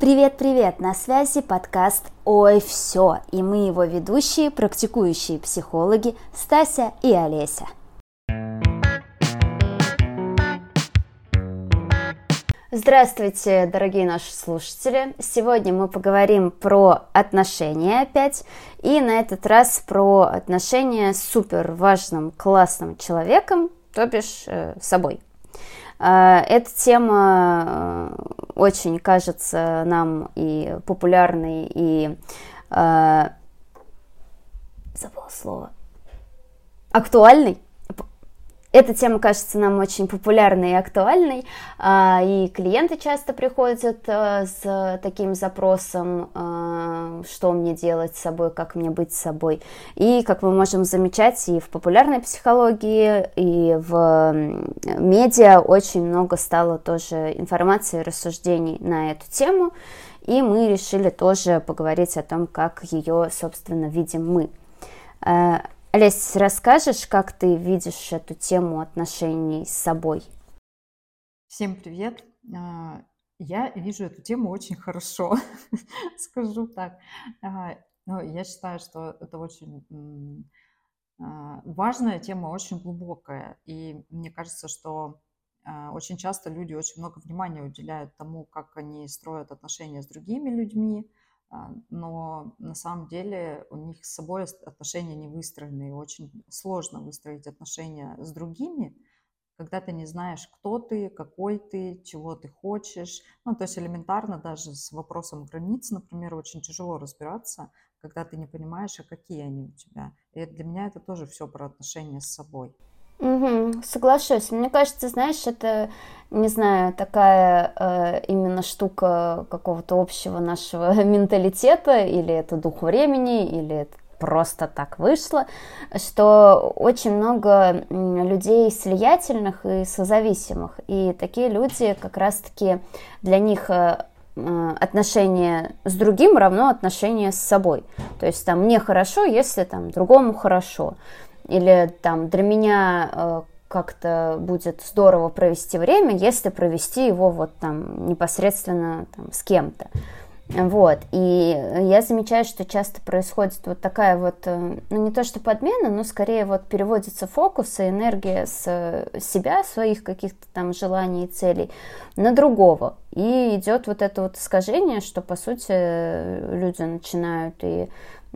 Привет-привет! На связи подкаст «Ой, все!» и мы его ведущие, практикующие психологи Стася и Олеся. Здравствуйте, дорогие наши слушатели! Сегодня мы поговорим про отношения опять, и на этот раз про отношения с супер важным, классным человеком, то бишь собой. Эта тема очень кажется нам и популярной, и забыла слово, актуальной. Эта тема кажется нам очень популярной и актуальной, и клиенты часто приходят с таким запросом, что мне делать с собой, как мне быть с собой. И, как мы можем замечать, и в популярной психологии, и в медиа очень много стало тоже информации и рассуждений на эту тему, и мы решили тоже поговорить о том, как ее, собственно, видим мы. Олесь, расскажешь, как ты видишь эту тему отношений с собой? Всем привет! Я вижу эту тему очень хорошо, скажу так. Я считаю, что это очень важная тема, очень глубокая. И мне кажется, что очень часто люди очень много внимания уделяют тому, как они строят отношения с другими людьми, но на самом деле у них с собой отношения не выстроены, и очень сложно выстроить отношения с другими, когда ты не знаешь, кто ты, какой ты, чего ты хочешь. То есть элементарно даже с вопросом границ, например, очень тяжело разбираться, когда ты не понимаешь, а какие они у тебя. И для меня это тоже все про отношения с собой. Соглашусь. Мне кажется, знаешь, это, не знаю, такая именно штука какого-то общего нашего менталитета, или это дух времени, или это просто так вышло, что очень много людей слиятельных и созависимых, и такие люди как раз-таки для них отношение с другим равно отношение с собой. То есть там мне хорошо, если там другому хорошо. Или там для меня как-то будет здорово провести время, если провести его вот там непосредственно там, с кем-то. Вот. И я замечаю, что часто происходит вот такая вот, не то что подмена, но скорее вот переводится фокус и энергия с себя, своих каких-то там желаний и целей на другого. И идет вот это вот искажение, что по сути люди начинают и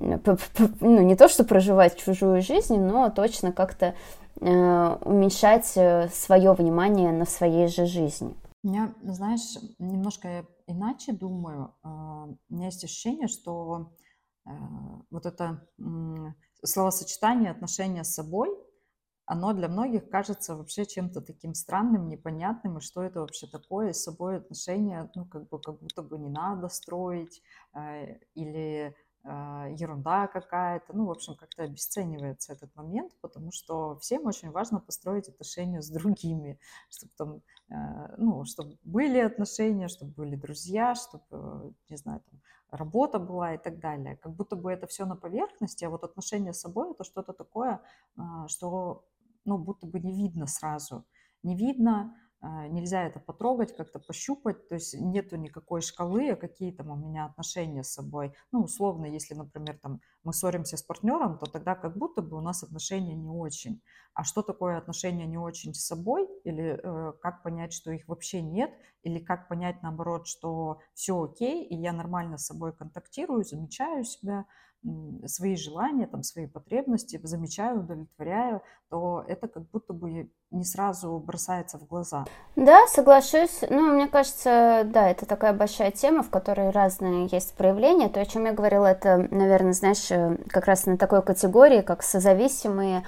не то, что проживать чужую жизнь, но точно как-то уменьшать свое внимание на своей же жизни. Я, знаешь, немножко иначе думаю. У меня есть ощущение, что вот это словосочетание отношения с собой, оно для многих кажется вообще чем-то таким странным, непонятным, и что это вообще такое, с собой отношения, как будто бы не надо строить, или ерунда какая-то, в общем, как-то обесценивается этот момент, потому что всем очень важно построить отношения с другими, чтобы там, чтобы были отношения, чтобы были друзья, чтобы, не знаю, там, работа была и так далее. Как будто бы это все на поверхности, а вот отношения с собой это что-то такое, что, будто бы не видно сразу. Не видно, нельзя это потрогать, как-то пощупать, то есть нету никакой шкалы, какие там у меня отношения с собой. Условно, если, например, там мы ссоримся с партнером, то тогда как будто бы у нас отношения не очень. А что такое отношения не очень с собой? Или как понять, что их вообще нет? Или как понять, наоборот, что все окей, и я нормально с собой контактирую, замечаю себя, свои желания, там, свои потребности, замечаю, удовлетворяю, то это как будто бы не сразу бросается в глаза. Да, соглашусь. Мне кажется, да, это такая большая тема, в которой разные есть проявления. То, о чем я говорила, это, наверное, знаешь, как раз на такой категории, как созависимые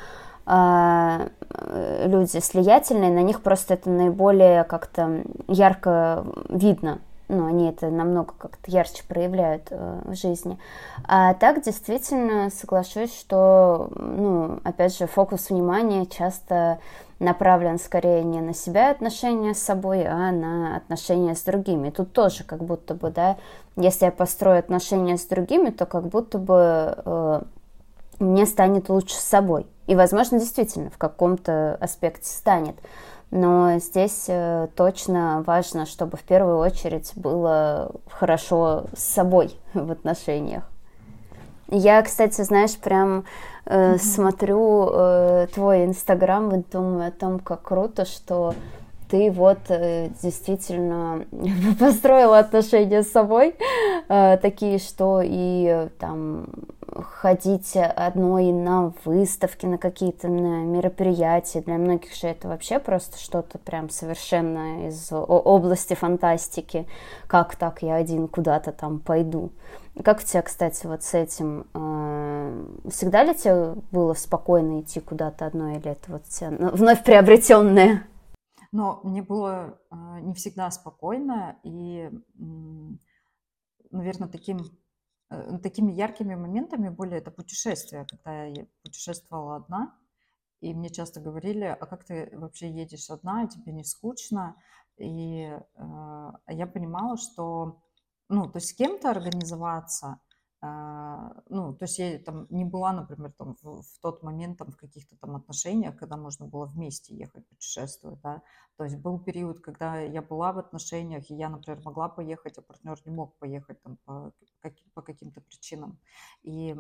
люди слиятельные, на них просто это наиболее как-то ярко видно. Они это намного как-то ярче проявляют в жизни. А так, действительно, соглашусь, что, опять же, фокус внимания часто направлен скорее не на себя отношения с собой, а на отношения с другими. Тут тоже как будто бы, да, если я построю отношения с другими, то как будто бы мне станет лучше с собой. И, возможно, действительно в каком-то аспекте станет. Но здесь точно важно, чтобы в первую очередь было хорошо с собой в отношениях. Я, кстати, знаешь, прям смотрю твой Инстаграм и думаю о том, как круто, что ты вот действительно построила отношения с собой, такие, что и там ходить одной на выставки, на какие-то мероприятия. Для многих же это вообще просто что-то прям совершенно из области фантастики. Как так я один куда-то там пойду? Как у тебя, кстати, вот с этим? Всегда ли тебе было спокойно идти куда-то одной, или это вот тебя вновь приобретенное? Но мне было не всегда спокойно, и, наверное, такими яркими моментами были это путешествия, когда я путешествовала одна, и мне часто говорили: а как ты вообще едешь одна, тебе не скучно? И я понимала, что, ну, то есть с кем-то организоваться, ну, то есть я там не была, например, там в тот момент там в каких-то там отношениях, когда можно было вместе ехать путешествовать, да. То есть был период, когда я была в отношениях, и я, например, могла поехать, а партнер не мог поехать там по каким-то причинам. И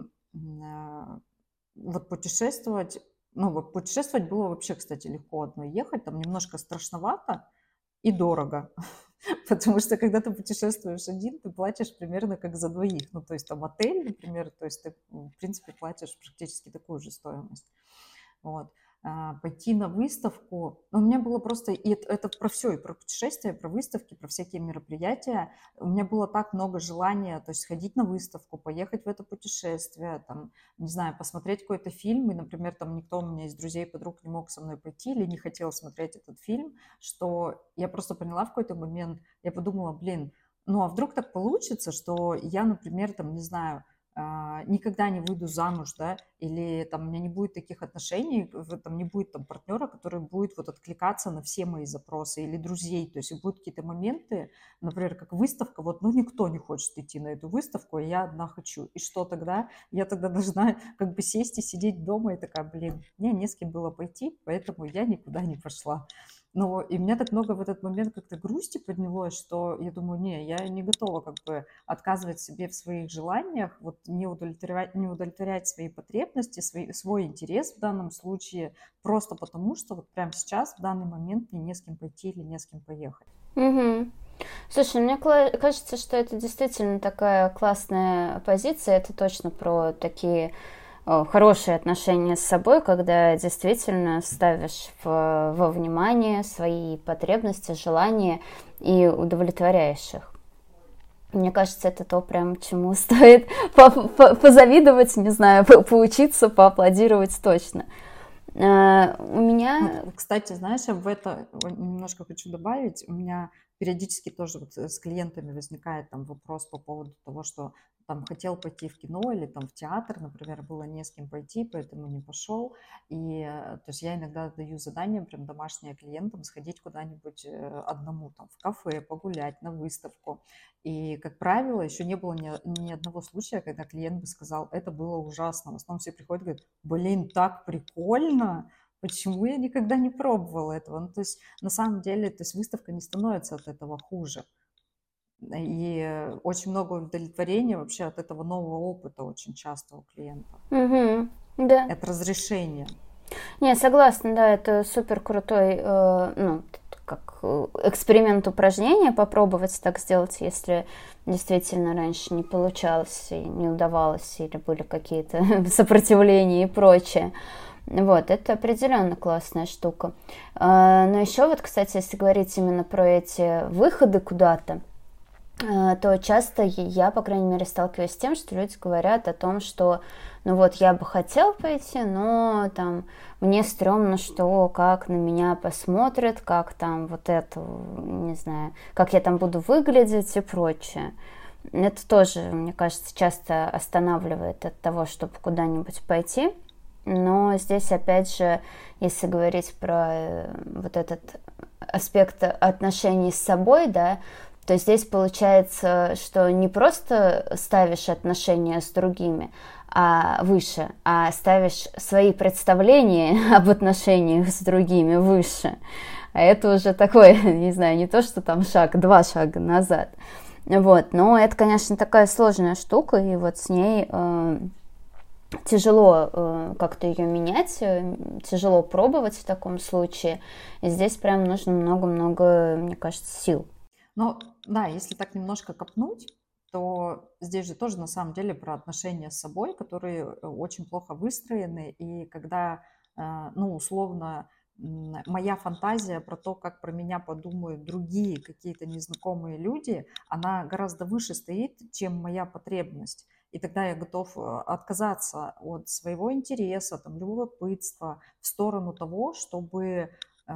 вот путешествовать, ну, вот путешествовать было вообще, кстати, легко одной ехать, там немножко страшновато и дорого. Потому что когда ты путешествуешь один, ты платишь примерно как за двоих. Ну, то есть там отель, например, то есть ты, в принципе, платишь практически такую же стоимость. Вот. Пойти на выставку. Но у меня было просто, и это про все, и про путешествия, про выставки, про всякие мероприятия. У меня было так много желания, то есть сходить на выставку, поехать в это путешествие, там, не знаю, посмотреть какой-то фильм, и, например, там никто у меня из друзей, подруг не мог со мной пойти или не хотел смотреть этот фильм, что я просто поняла в какой-то момент, я подумала, блин, ну а вдруг так получится, что я, например, там, не знаю, никогда не выйду замуж, да, или там у меня не будет таких отношений, там не будет там партнера, который будет вот откликаться на все мои запросы, или друзей, то есть будут какие-то моменты, например, как выставка, вот, ну, никто не хочет идти на эту выставку, а я одна хочу, и что тогда? Я тогда должна как бы сесть и сидеть дома, и такая, блин, мне не с кем было пойти, поэтому я никуда не пошла. Ну, и у меня так много в этот момент как-то грусти поднялось, что я думаю, не, я не готова как бы отказывать себе в своих желаниях, вот не удовлетворять свои потребности, свой интерес в данном случае, просто потому, что вот прямо сейчас, в данный момент мне не с кем пойти или не с кем поехать. Угу. Слушай, мне кажется, что это действительно такая классная позиция, это точно про такие хорошие отношения с собой, когда действительно ставишь во внимание свои потребности, желания и удовлетворяешь их. Мне кажется, это то, прям чему стоит позавидовать, не знаю, поучиться, поаплодировать точно. У меня... Кстати, знаешь, в это немножко хочу добавить. У меня периодически тоже вот с клиентами возникает там вопрос по поводу того, что там хотел пойти в кино или там в театр, например, было не с кем пойти, поэтому не пошел. И то есть я иногда даю задание прям домашнее клиентам сходить куда-нибудь одному, там в кафе, погулять, на выставку. И, как правило, еще не было ни одного случая, когда клиент бы сказал, это было ужасно. В основном все приходят и говорят, блин, так прикольно, почему я никогда не пробовала этого? Ну, то есть, на самом деле, то есть выставка не становится от этого хуже. И очень много удовлетворения вообще от этого нового опыта очень часто у клиента. Угу, да. Это разрешение. Не, согласна, да, это супер крутой, ну, как эксперимент упражнения, попробовать так сделать, если действительно раньше не получалось и не удавалось, или были какие-то сопротивления и прочее. Вот, это определенно классная штука. Но еще вот, кстати, если говорить именно про эти выходы куда-то, то часто я, по крайней мере, сталкиваюсь с тем, что люди говорят о том, что, ну вот, я бы хотел пойти, но там мне стрёмно, что как на меня посмотрят, как там вот это, не знаю, как я там буду выглядеть и прочее. Это тоже, мне кажется, часто останавливает от того, чтобы куда-нибудь пойти. Но здесь, опять же, если говорить про вот этот аспект отношений с собой, да, то здесь получается, что не просто ставишь отношения с другими выше, а ставишь свои представления об отношениях с другими выше. а это уже такой, не знаю, не то, что там шаг, 2 шага назад. Вот, но это, конечно, такая сложная штука, и вот с ней тяжело как-то ее менять, тяжело пробовать в таком случае, и здесь прям нужно много-много, мне кажется, сил. Ну, да, если так немножко копнуть, то здесь же тоже на самом деле про отношения с собой, которые очень плохо выстроены, и когда, ну, условно, моя фантазия про то, как про меня подумают другие какие-то незнакомые люди, она гораздо выше стоит, чем моя потребность. И тогда я готов отказаться от своего интереса, там, любопытства в сторону того, чтобы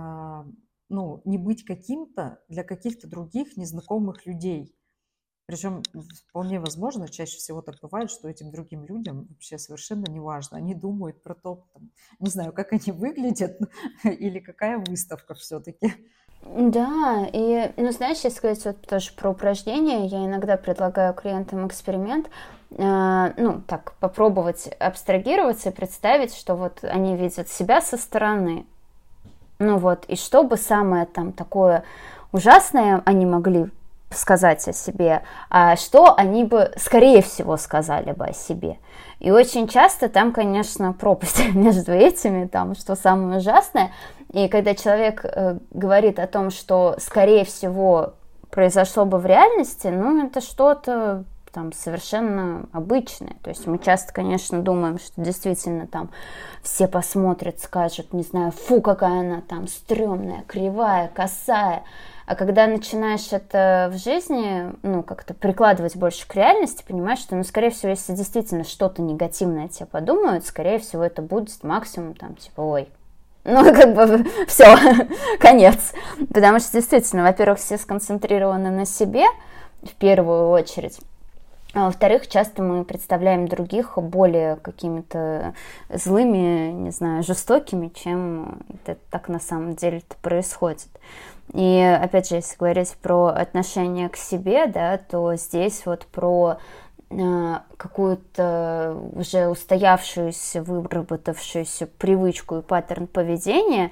ну, не быть каким-то для каких-то других незнакомых людей. Причем вполне возможно, чаще всего так бывает, что этим другим людям вообще совершенно не важно. Они думают про то, там, не знаю, как они выглядят или какая выставка все-таки. Да, и, ну, знаешь, если сказать вот тоже про упражнения, я иногда предлагаю клиентам эксперимент, ну, так, попробовать абстрагироваться и представить, что вот они видят себя со стороны. Ну вот, и что бы самое там такое ужасное они могли сказать о себе, а что они бы, скорее всего, сказали бы о себе. И очень часто там, конечно, пропасть между этими, там, что самое ужасное. И когда человек говорит о том, что, скорее всего, произошло бы в реальности, ну, это что-то там совершенно обычное. То есть мы часто, конечно, думаем, что действительно там все посмотрят, скажут, не знаю, фу, какая она там стрёмная, кривая, косая. А когда начинаешь это в жизни, ну, как-то прикладывать больше к реальности, понимаешь, что, ну, скорее всего, если действительно что-то негативное о тебе подумают, скорее всего, это будет максимум там, типа, ой, ну, как бы, все, конец. Потому что, действительно, во-первых, все сконцентрированы на себе, в первую очередь. А во-вторых, часто мы представляем других более какими-то злыми, не знаю, жестокими, чем это так на самом деле-то происходит. И опять же, если говорить про отношение к себе, да, то здесь вот про какую-то уже устоявшуюся, выработавшуюся привычку и паттерн поведения,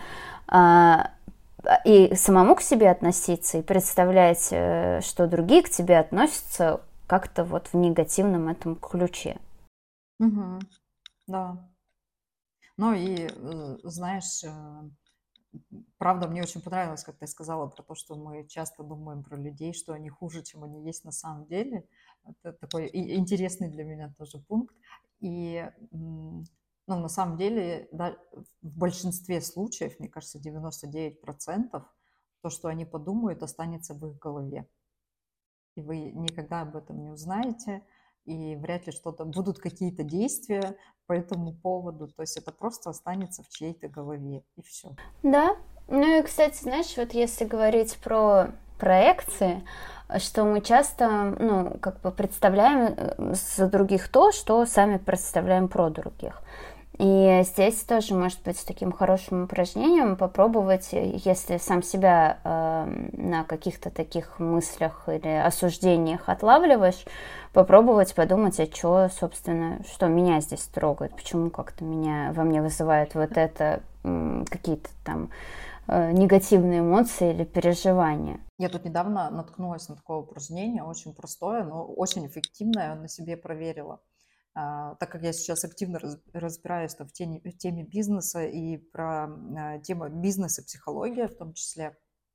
и самому к себе относиться, и представлять, что другие к тебе относятся как-то вот в негативном этом ключе. Угу. Да. Ну и, знаешь, правда, мне очень понравилось, как ты сказала про то, что мы часто думаем про людей, что они хуже, чем они есть на самом деле. Это такой интересный для меня тоже пункт. И, ну, на самом деле, да, в большинстве случаев, мне кажется, 99%, то, что они подумают, останется в их голове. И вы никогда об этом не узнаете, и вряд ли что-то будут какие-то действия по этому поводу. То есть это просто останется в чьей-то голове, и все. Да. Ну и, кстати, знаешь, вот если говорить про проекции, что мы часто, ну, как бы представляем за других то, что сами представляем про других. И здесь тоже может быть таким хорошим упражнением попробовать, если сам себя на каких-то таких мыслях или осуждениях отлавливаешь, попробовать подумать, а что, собственно, что меня здесь трогает, почему как-то меня во мне вызывает вот это какие-то там негативные эмоции или переживания. Я тут недавно наткнулась на такое упражнение, очень простое, но очень эффективное, на себе проверила. Так как я сейчас активно разбираюсь в теме бизнеса и про тему бизнеса, психология в том числе,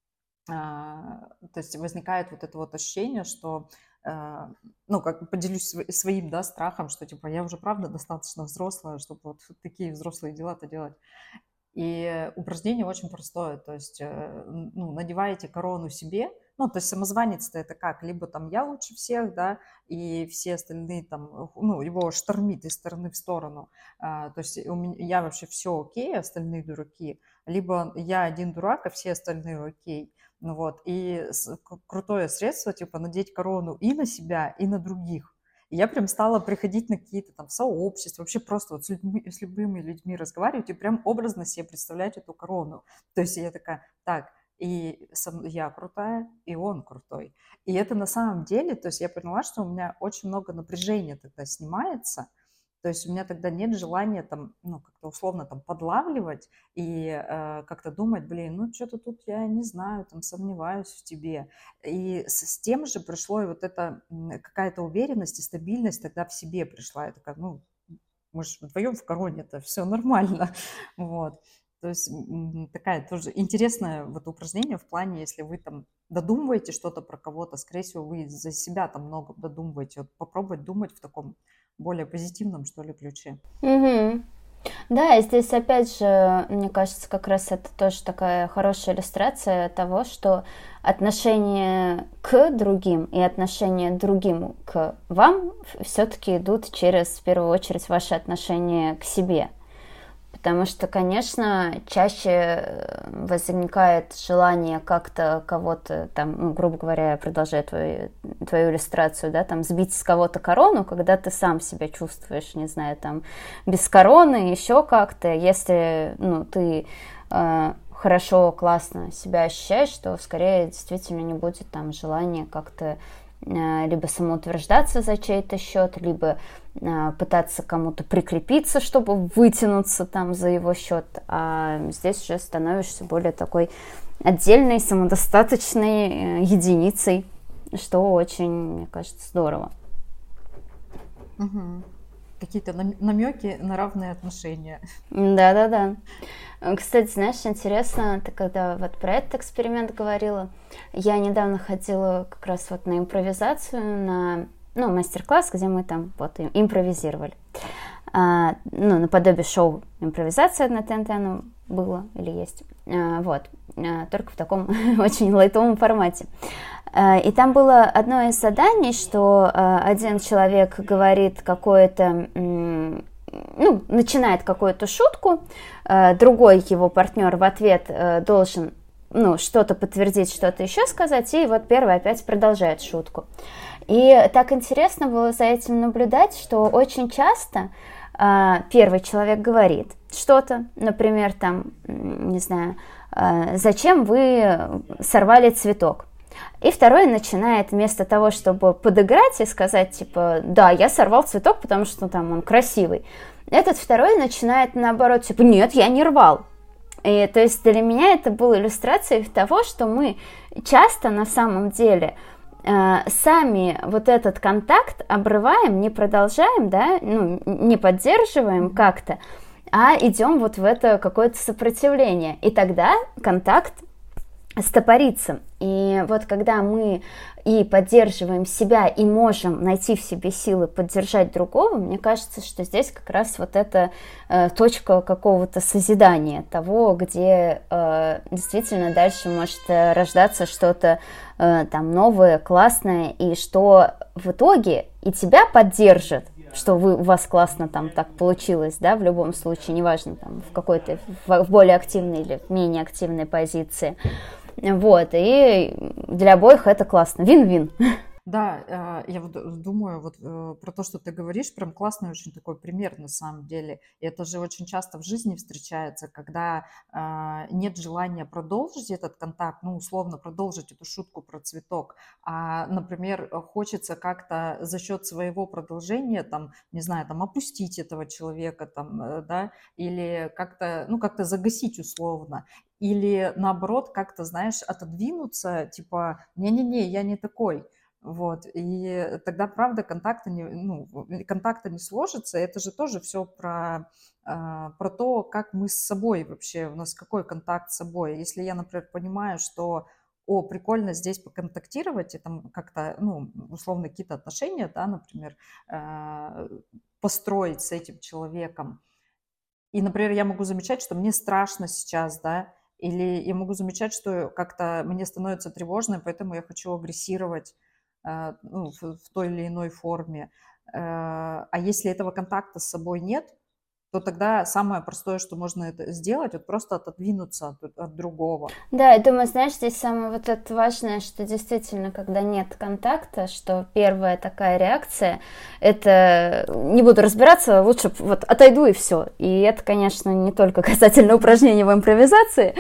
то есть возникает вот это вот ощущение, что, ну, как бы поделюсь своим, да, страхом, что, типа, я уже, правда, достаточно взрослая, чтобы вот такие взрослые дела-то делать. И упражнение очень простое, то есть, ну, надеваете корону себе, ну, то есть самозванец-то это как, либо там я лучше всех, да, и все остальные там, ну, его штормит из стороны в сторону, то есть я вообще все окей, остальные дураки, либо я один дурак, а все остальные окей, ну вот, и крутое средство, типа, надеть корону и на себя, и на других. И я прям стала приходить на какие-то там сообщества, вообще просто вот с любыми людьми разговаривать и прям образно себе представлять эту корону. То есть я такая, так, и я крутая, и он крутой. И это на самом деле, то есть я поняла, что у меня очень много напряжения тогда снимается. То есть у меня тогда нет желания там, ну, как-то условно там подлавливать и как-то думать, блин, ну, что-то тут я не знаю, там, сомневаюсь в тебе. И с тем же пришло и вот эта какая-то уверенность и стабильность тогда в себе пришла. Я такая, ну, мы же вдвоем в короне, это все нормально. Вот. То есть такая тоже интересное вот упражнение в плане, если вы там додумываете что-то про кого-то, скорее всего, вы за себя там много додумываете. Вот попробовать думать в таком более позитивном, что ли, ключе. Мгм. Да, и здесь опять же, мне кажется, как раз это тоже такая хорошая иллюстрация того, что отношение к другим и отношение другим к вам все-таки идут через, в первую очередь, ваши отношения к себе. Потому что, конечно, чаще возникает желание как-то кого-то, там, ну, грубо говоря, продолжая твою иллюстрацию, да, там, сбить с кого-то корону, когда ты сам себя чувствуешь, не знаю, там, без короны, еще как-то. Если, ну, ты хорошо, классно себя ощущаешь, то скорее действительно не будет там желания как-то либо самоутверждаться за чей-то счет, либо пытаться кому-то прикрепиться, чтобы вытянуться там за его счет, а здесь уже становишься более такой отдельной, самодостаточной единицей, что очень, мне кажется, здорово. Угу. Какие-то намеки на равные отношения. Да-да-да. Кстати, знаешь, интересно, ты когда вот про этот эксперимент говорила, я недавно ходила как раз вот на импровизацию, на, ну, мастер-класс, где мы там вот импровизировали. Ну, наподобие шоу импровизация на ТНТ оно было или есть. Вот. Только в таком очень лайтовом формате. И там было одно из заданий, что один человек говорит какое-то, ну, начинает какую-то шутку, другой его партнер в ответ должен, ну, что-то подтвердить, что-то еще сказать, и вот первый опять продолжает шутку. И так интересно было за этим наблюдать, что очень часто первый человек говорит что-то, например, там, не знаю, зачем вы сорвали цветок? И второй начинает вместо того, чтобы подыграть и сказать, типа, да, я сорвал цветок, потому что там он красивый. Этот второй начинает наоборот, типа, нет, я не рвал. И то есть для меня это было иллюстрацией того, что мы часто на самом деле сами вот этот контакт обрываем, не продолжаем, да, ну, не поддерживаем как-то, а идем вот в это какое-то сопротивление. И тогда контакт стопорится. И вот когда мы и поддерживаем себя, и можем найти в себе силы поддержать другого, мне кажется, что здесь как раз вот эта точка какого-то созидания, того, где действительно дальше может рождаться что-то там новое, классное, и что в итоге и тебя поддержит, что у вас классно там так получилось, да, в любом случае, неважно, там, в какой-то, в более активной или в менее активной позиции. Вот, и для обоих это классно. Вин-вин. Да, я вот думаю вот про то, что ты говоришь, прям классный очень такой пример на самом деле. И это же очень часто в жизни встречается, когда нет желания продолжить этот контакт, ну, условно продолжить эту шутку про цветок, а, например, хочется как-то за счет своего продолжения, там, не знаю, там, опустить этого человека, там, да, или как-то, ну, как-то загасить условно. Или наоборот, как-то, знаешь, отодвинуться, типа, не-не-не, я не такой. Вот, и тогда, правда, контакта не сложится. Это же тоже все про то, как мы с собой вообще, у нас какой контакт с собой. Если я, например, понимаю, что, о, прикольно здесь поконтактировать, и там как-то, ну, условно, какие-то отношения, да, например, построить с этим человеком. И, например, я могу замечать, что мне страшно сейчас, да, или я могу замечать, что как-то мне становится тревожно, поэтому я хочу агрессировать, ну, в той или иной форме. А если этого контакта с собой нет, то тогда самое простое, что можно это сделать, вот просто отодвинуться от другого. Да, я думаю, знаешь, здесь самое вот это важное, что действительно, когда нет контакта, что первая такая реакция, это не буду разбираться, лучше вот отойду и все. И это, конечно, не только касательно упражнений в импровизации,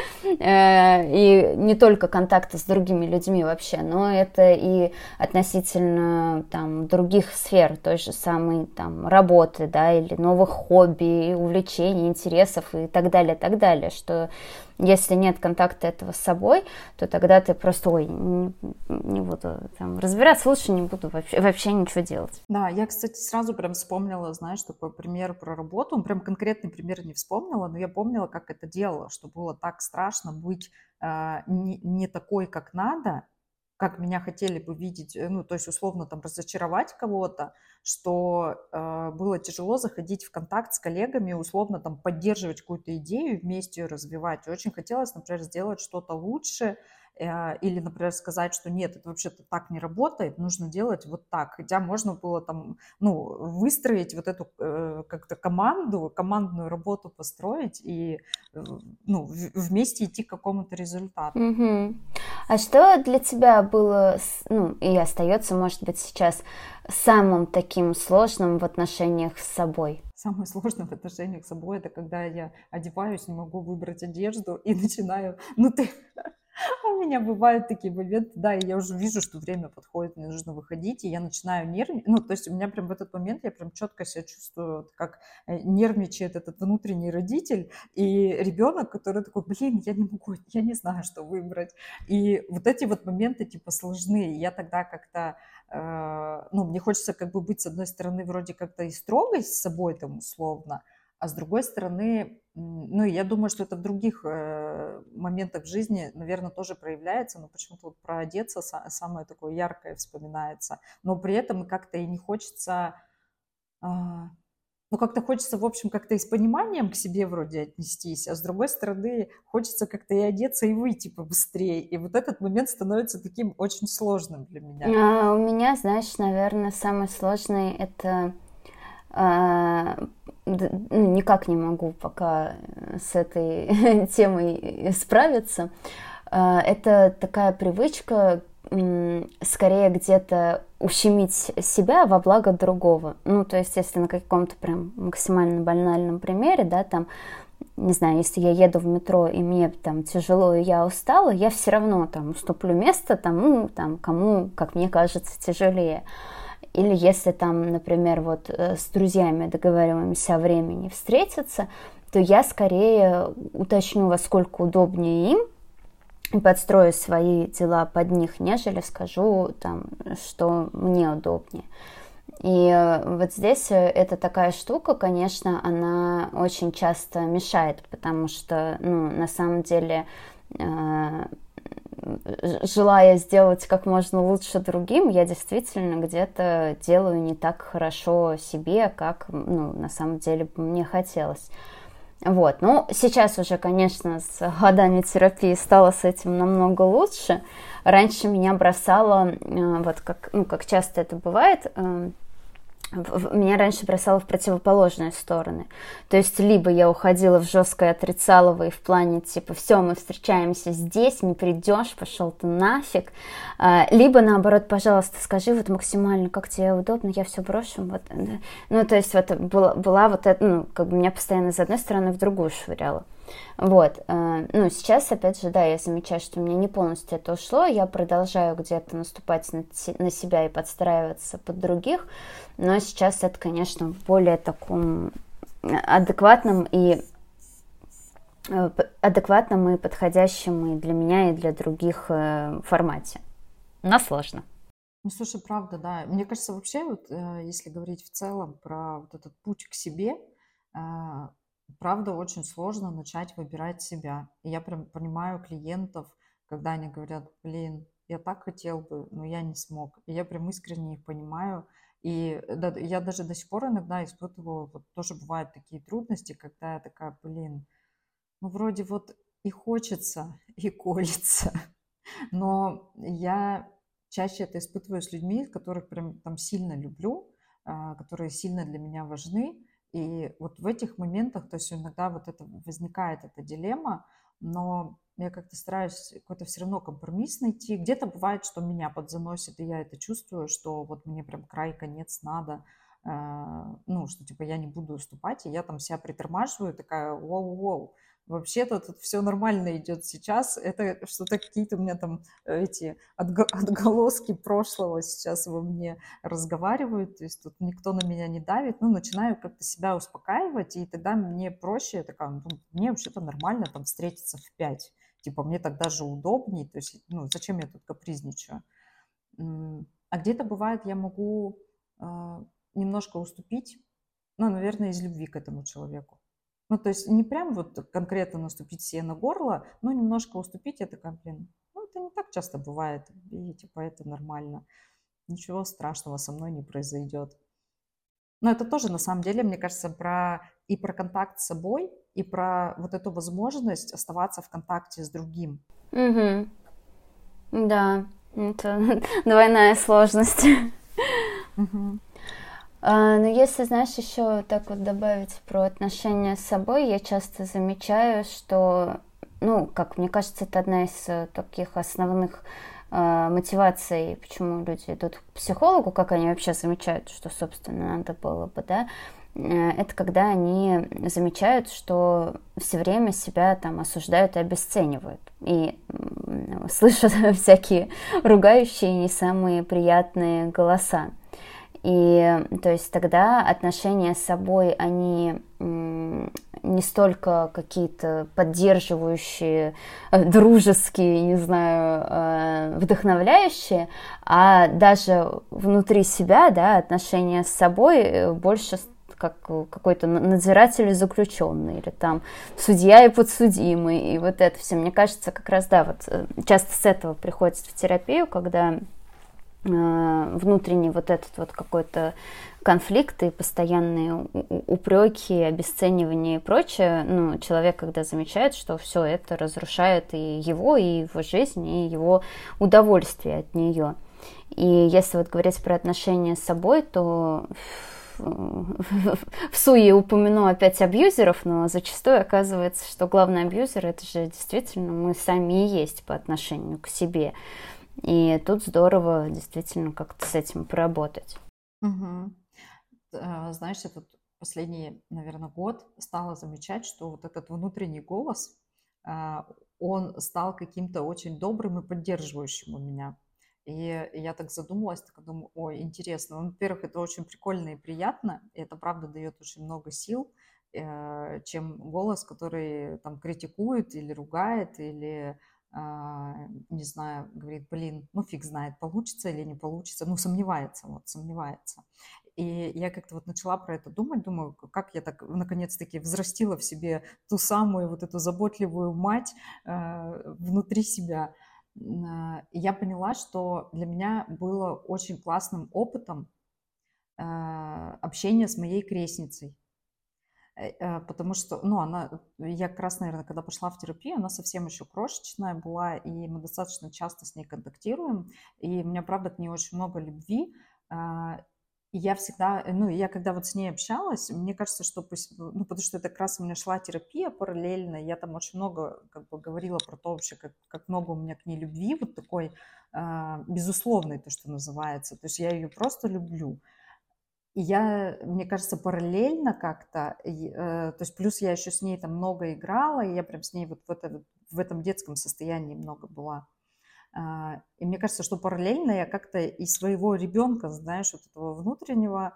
и не только контакта с другими людьми вообще, но это и относительно там других сфер, той же самой там работы, да, или новых хобби, увлечений, интересов и так далее, что если нет контакта этого с собой, то тогда ты просто, не буду там разбираться, лучше не буду вообще ничего делать. Да, я, кстати, сразу прям вспомнила, знаешь, такой пример про работу. Прям конкретный пример не вспомнила, но я помнила, как это делала, что было так страшно быть не такой, как надо, как меня хотели бы видеть, ну, то есть условно там разочаровать кого-то, что было тяжело заходить в контакт с коллегами, условно там поддерживать какую-то идею, вместе ее развивать. И очень хотелось, например, сделать что-то лучше, или, например, сказать, что нет, это вообще-то так не работает, нужно делать вот так. Хотя можно было там, ну, выстроить вот эту как-то командную работу построить и ну, вместе идти к какому-то результату. Угу. А что для тебя было, ну, и остается, может быть, сейчас самым таким сложным в отношениях с собой? Самое сложное в отношениях с собой — это когда я одеваюсь, не могу выбрать одежду и начинаю, ну ты, у меня бывают такие моменты, да, и я уже вижу, что время подходит, мне нужно выходить, и я начинаю нервничать, ну, то есть у меня прям в этот момент я прям четко себя чувствую, вот как нервничает этот внутренний родитель и ребенок, который такой, блин, я не могу, я не знаю, что выбрать. И вот эти вот моменты типа сложны, и я тогда как-то, ну, мне хочется как бы быть, с одной стороны, вроде как-то и строгой с собой там условно, а с другой стороны, ну, я думаю, что это в других моментах жизни, наверное, тоже проявляется, но почему-то вот про одеться самое такое яркое вспоминается. Но при этом как-то и не хочется, ну, как-то хочется, в общем, как-то и с пониманием к себе вроде отнестись, а с другой стороны, хочется как-то и одеться, и выйти побыстрее. И вот этот момент становится таким очень сложным для меня. У меня, знаешь, наверное, самый сложный это никак не могу пока с этой темой справиться. Это такая привычка скорее где-то ущемить себя во благо другого. Ну, то есть, если на каком-то прям максимально банальном примере, да, там, не знаю, если я еду в метро и мне там тяжело и я устала, я все равно там уступлю место тому, там, кому, как мне кажется, тяжелее. Или если там, например, вот с друзьями договариваемся о времени встретиться, то я скорее уточню, во сколько удобнее им, и подстрою свои дела под них, нежели скажу там, что мне удобнее. И вот здесь это такая штука, конечно, она очень часто мешает, потому что, ну, на самом деле, желая сделать как можно лучше другим, я действительно где-то делаю не так хорошо себе, как, ну, на самом деле бы мне хотелось. Вот, ну, сейчас уже, конечно, с годами терапии стало с этим намного лучше. Раньше меня бросало, вот как, ну, как часто это бывает, меня раньше бросало в противоположные стороны. То есть либо я уходила в жесткое отрицалово и в плане типа все, мы встречаемся здесь, не придешь, пошел ты нафиг. Либо наоборот, пожалуйста, скажи вот максимально, как тебе удобно, я все брошу. Вот, да. Ну, то есть вот была вот это, ну, как бы меня постоянно с одной стороны в другую швыряло. Вот, ну, сейчас, опять же, да, я замечаю, что у меня не полностью это ушло, я продолжаю где-то наступать на себя и подстраиваться под других, но сейчас это, конечно, в более таком адекватном и подходящем и для меня, и для других формате. Но сложно. Ну, слушай, правда, да. Мне кажется, вообще, вот если говорить в целом про вот этот путь к себе, правда, очень сложно начать выбирать себя. И я прям понимаю клиентов, когда они говорят, блин, я так хотел бы, но я не смог. И я прям искренне их понимаю. И я даже до сих пор иногда испытываю, вот тоже бывают такие трудности, когда я такая, блин, ну вроде вот и хочется, и колется. Но я чаще это испытываю с людьми, которых прям там сильно люблю, которые сильно для меня важны. И вот в этих моментах, то есть иногда вот это возникает эта дилемма, но я как-то стараюсь какой-то все равно компромисс найти. Где-то бывает, что меня подзаносит, и я это чувствую, что вот мне прям край, конец надо, ну, что типа я не буду уступать, и я там себя притормаживаю, такая, воу-воу, вообще-то тут все нормально идет сейчас, это что-то какие-то у меня там эти отголоски прошлого сейчас во мне разговаривают, то есть тут никто на меня не давит, ну, начинаю как-то себя успокаивать, и тогда мне проще, я такая, ну, мне вообще-то нормально там встретиться в 5, типа, мне так даже удобней, то есть, ну, зачем я тут капризничаю? А где-то бывает, я могу немножко уступить, ну, наверное, из любви к этому человеку. Ну, то есть не прям вот конкретно наступить себе на горло, но немножко уступить, я такая, блин, ну, это не так часто бывает, и типа это нормально. Ничего страшного со мной не произойдет. Но это тоже, на самом деле, мне кажется, про контакт с собой, и про вот эту возможность оставаться в контакте с другим. Угу. Да, это двойная сложность. Мгм. Но если, знаешь, еще так вот добавить про отношения с собой, я часто замечаю, что, ну, как мне кажется, это одна из таких основных мотиваций, почему люди идут к психологу, как они вообще замечают, что, собственно, надо было бы, да, это когда они замечают, что все время себя там осуждают и обесценивают. И слышат всякие ругающие, не самые приятные голоса. И то есть тогда отношения с собой, они не столько какие-то поддерживающие, дружеские, не знаю, вдохновляющие, а даже внутри себя, да, отношения с собой больше как какой-то надзиратель и заключенный, или там судья и подсудимый, и вот это все. Мне кажется, как раз, да, вот часто с этого приходят в терапию, когда внутренний вот этот вот какой-то конфликт и постоянные упреки, обесценивание и прочее, ну, человек, когда замечает, что все это разрушает и его жизнь, и его удовольствие от нее. И если вот говорить про отношения с собой, то в суе упомяну опять абьюзеров, но зачастую оказывается, что главный абьюзер — это же действительно мы сами и есть по отношению к себе. И тут здорово действительно как-то с этим поработать. Мгм. Знаешь, я тут последний, наверное, год стала замечать, что вот этот внутренний голос, а, он стал каким-то очень добрым и поддерживающим у меня. И я так задумалась, так думаю, ой, интересно. Ну, во-первых, это очень прикольно и приятно, и это правда дает очень много сил, чем голос, который там критикует или ругает, или не знаю, говорит, блин, ну фиг знает, получится или не получится, ну сомневается, вот сомневается. И я как-то вот начала про это думать, думаю, как я так наконец-таки взрастила в себе ту самую вот эту заботливую мать внутри себя. И я поняла, что для меня было очень классным опытом общение с моей крестницей. Потому что, ну, я как раз, наверное, когда пошла в терапию, она совсем еще крошечная была, и мы достаточно часто с ней контактируем, и у меня, правда, к ней очень много любви. И я всегда, ну, я когда вот с ней общалась, мне кажется, что, ну, потому что это как раз у меня шла терапия параллельно, я там очень много как бы говорила про то вообще, как много у меня к ней любви, вот такой безусловной, то, что называется. То есть я ее просто люблю. И мне кажется, параллельно как-то, то есть плюс я еще с ней там много играла, и я прям с ней вот в этом детском состоянии много была. И мне кажется, что параллельно я как-то и своего ребенка, знаешь, вот этого внутреннего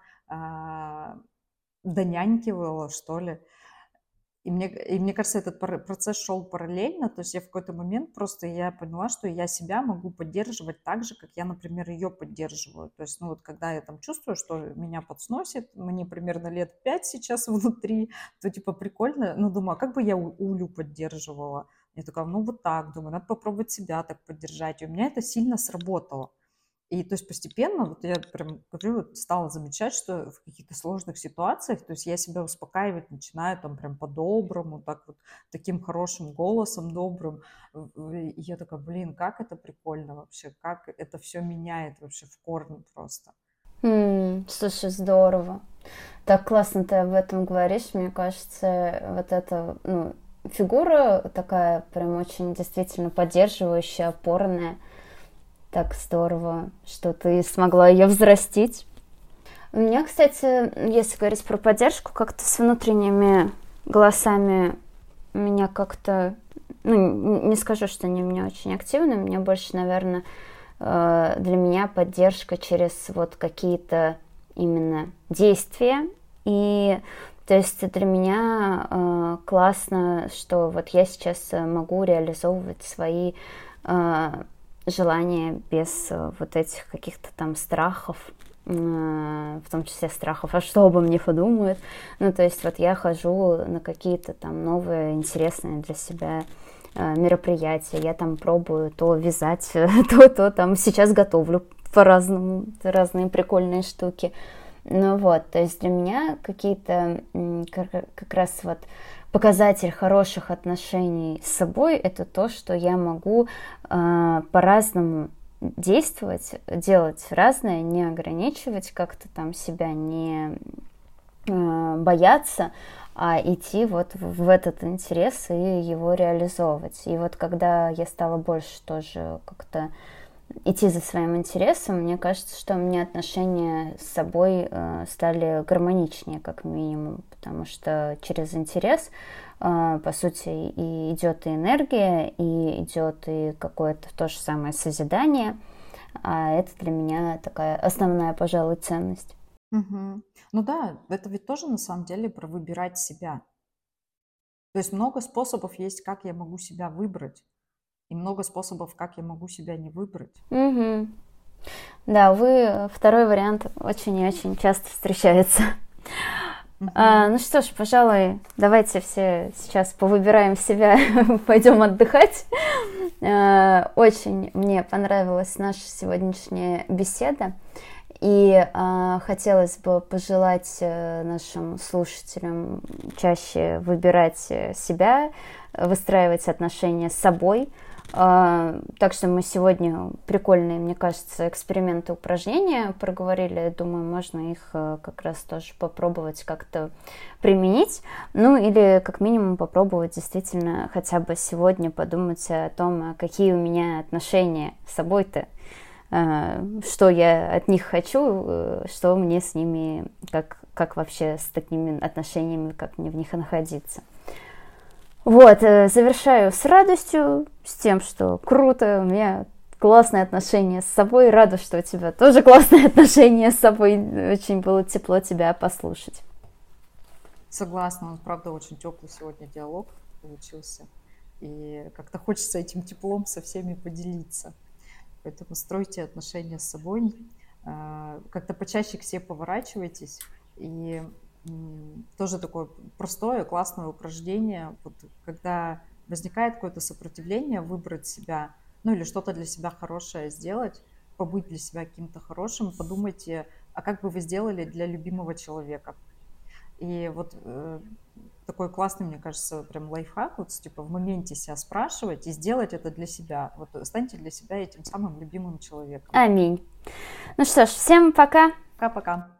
донянькивала, что ли. И мне кажется, этот процесс шел параллельно, то есть я в какой-то момент просто я поняла, что я себя могу поддерживать так же, как я, например, ее поддерживаю. То есть, ну вот когда я там чувствую, что меня подсносит, мне примерно лет 5 сейчас внутри, то типа прикольно, ну думаю, а как бы я Улю поддерживала? Я такая, ну вот так, думаю, надо попробовать себя так поддержать. И у меня это сильно сработало. И то есть постепенно, вот я прям говорю, вот стала замечать, что в каких-то сложных ситуациях, то есть я себя успокаивать начинаю там прям по-доброму, так вот, таким хорошим голосом добрым. И я такая, блин, как это прикольно вообще, как это все меняет вообще в корне просто. Слушай, здорово. Так классно ты об этом говоришь. Мне кажется, вот эта, ну, фигура такая прям очень действительно поддерживающая, опорная. Так здорово, что ты смогла ее взрастить. У меня, кстати, если говорить про поддержку, как-то с внутренними голосами у меня как-то, ну, не скажу, что они у меня очень активны, у меня больше, наверное, для меня поддержка через вот какие-то именно действия. И то есть для меня классно, что вот я сейчас могу реализовывать свои желания без вот этих каких-то там страхов, в том числе страхов, а что обо мне подумают. Ну, то есть вот я хожу на какие-то там новые, интересные для себя мероприятия, я там пробую то вязать, то там сейчас готовлю по-разному, разные прикольные штуки. Ну вот, то есть для меня какие-то как раз вот показатель хороших отношений с собой — это то, что я могу по-разному действовать, делать разное, не ограничивать как-то там себя, не бояться, а идти вот в этот интерес и его реализовывать. И вот когда я стала больше тоже как-то идти за своим интересом, мне кажется, что у меня отношения с собой стали гармоничнее, как минимум, потому что через интерес, по сути, и идет и энергия, и идет и какое-то то же самое созидание, а это для меня такая основная, пожалуй, ценность. Мгм. Ну да, это ведь тоже на самом деле про выбирать себя. То есть много способов есть, как я могу себя выбрать, и много способов, как я могу себя не выбрать. Мгм. Да, увы, второй вариант очень и очень часто встречается. Мгм. Ну что ж, пожалуй, давайте все сейчас повыбираем себя, пойдем отдыхать. Очень мне понравилась наша сегодняшняя беседа. И хотелось бы пожелать нашим слушателям чаще выбирать себя, выстраивать отношения с собой. Так что мы сегодня прикольные, мне кажется, эксперименты, упражнения проговорили. Думаю, можно их как раз тоже попробовать как-то применить. Ну или как минимум попробовать действительно хотя бы сегодня подумать о том, какие у меня отношения с собой-то, что я от них хочу, что мне с ними, как вообще с такими отношениями, как мне в них находиться. Вот, завершаю с радостью, с тем, что круто, у меня классные отношения с собой, рада, что у тебя тоже классные отношения с собой, очень было тепло тебя послушать. Согласна, он правда очень теплый сегодня диалог получился. И как-то хочется этим теплом со всеми поделиться. Поэтому стройте отношения с собой, как-то почаще к себе поворачивайтесь. И тоже такое простое, классное упражнение. Вот когда возникает какое-то сопротивление, выбрать себя, ну или что-то для себя хорошее сделать, побыть для себя каким-то хорошим, подумайте, а как бы вы сделали для любимого человека. И вот такой классный, мне кажется, прям лайфхак, вот типа в моменте себя спрашивать и сделать это для себя. Вот станьте для себя этим самым любимым человеком. Аминь. Ну что ж, всем пока. Пока-пока.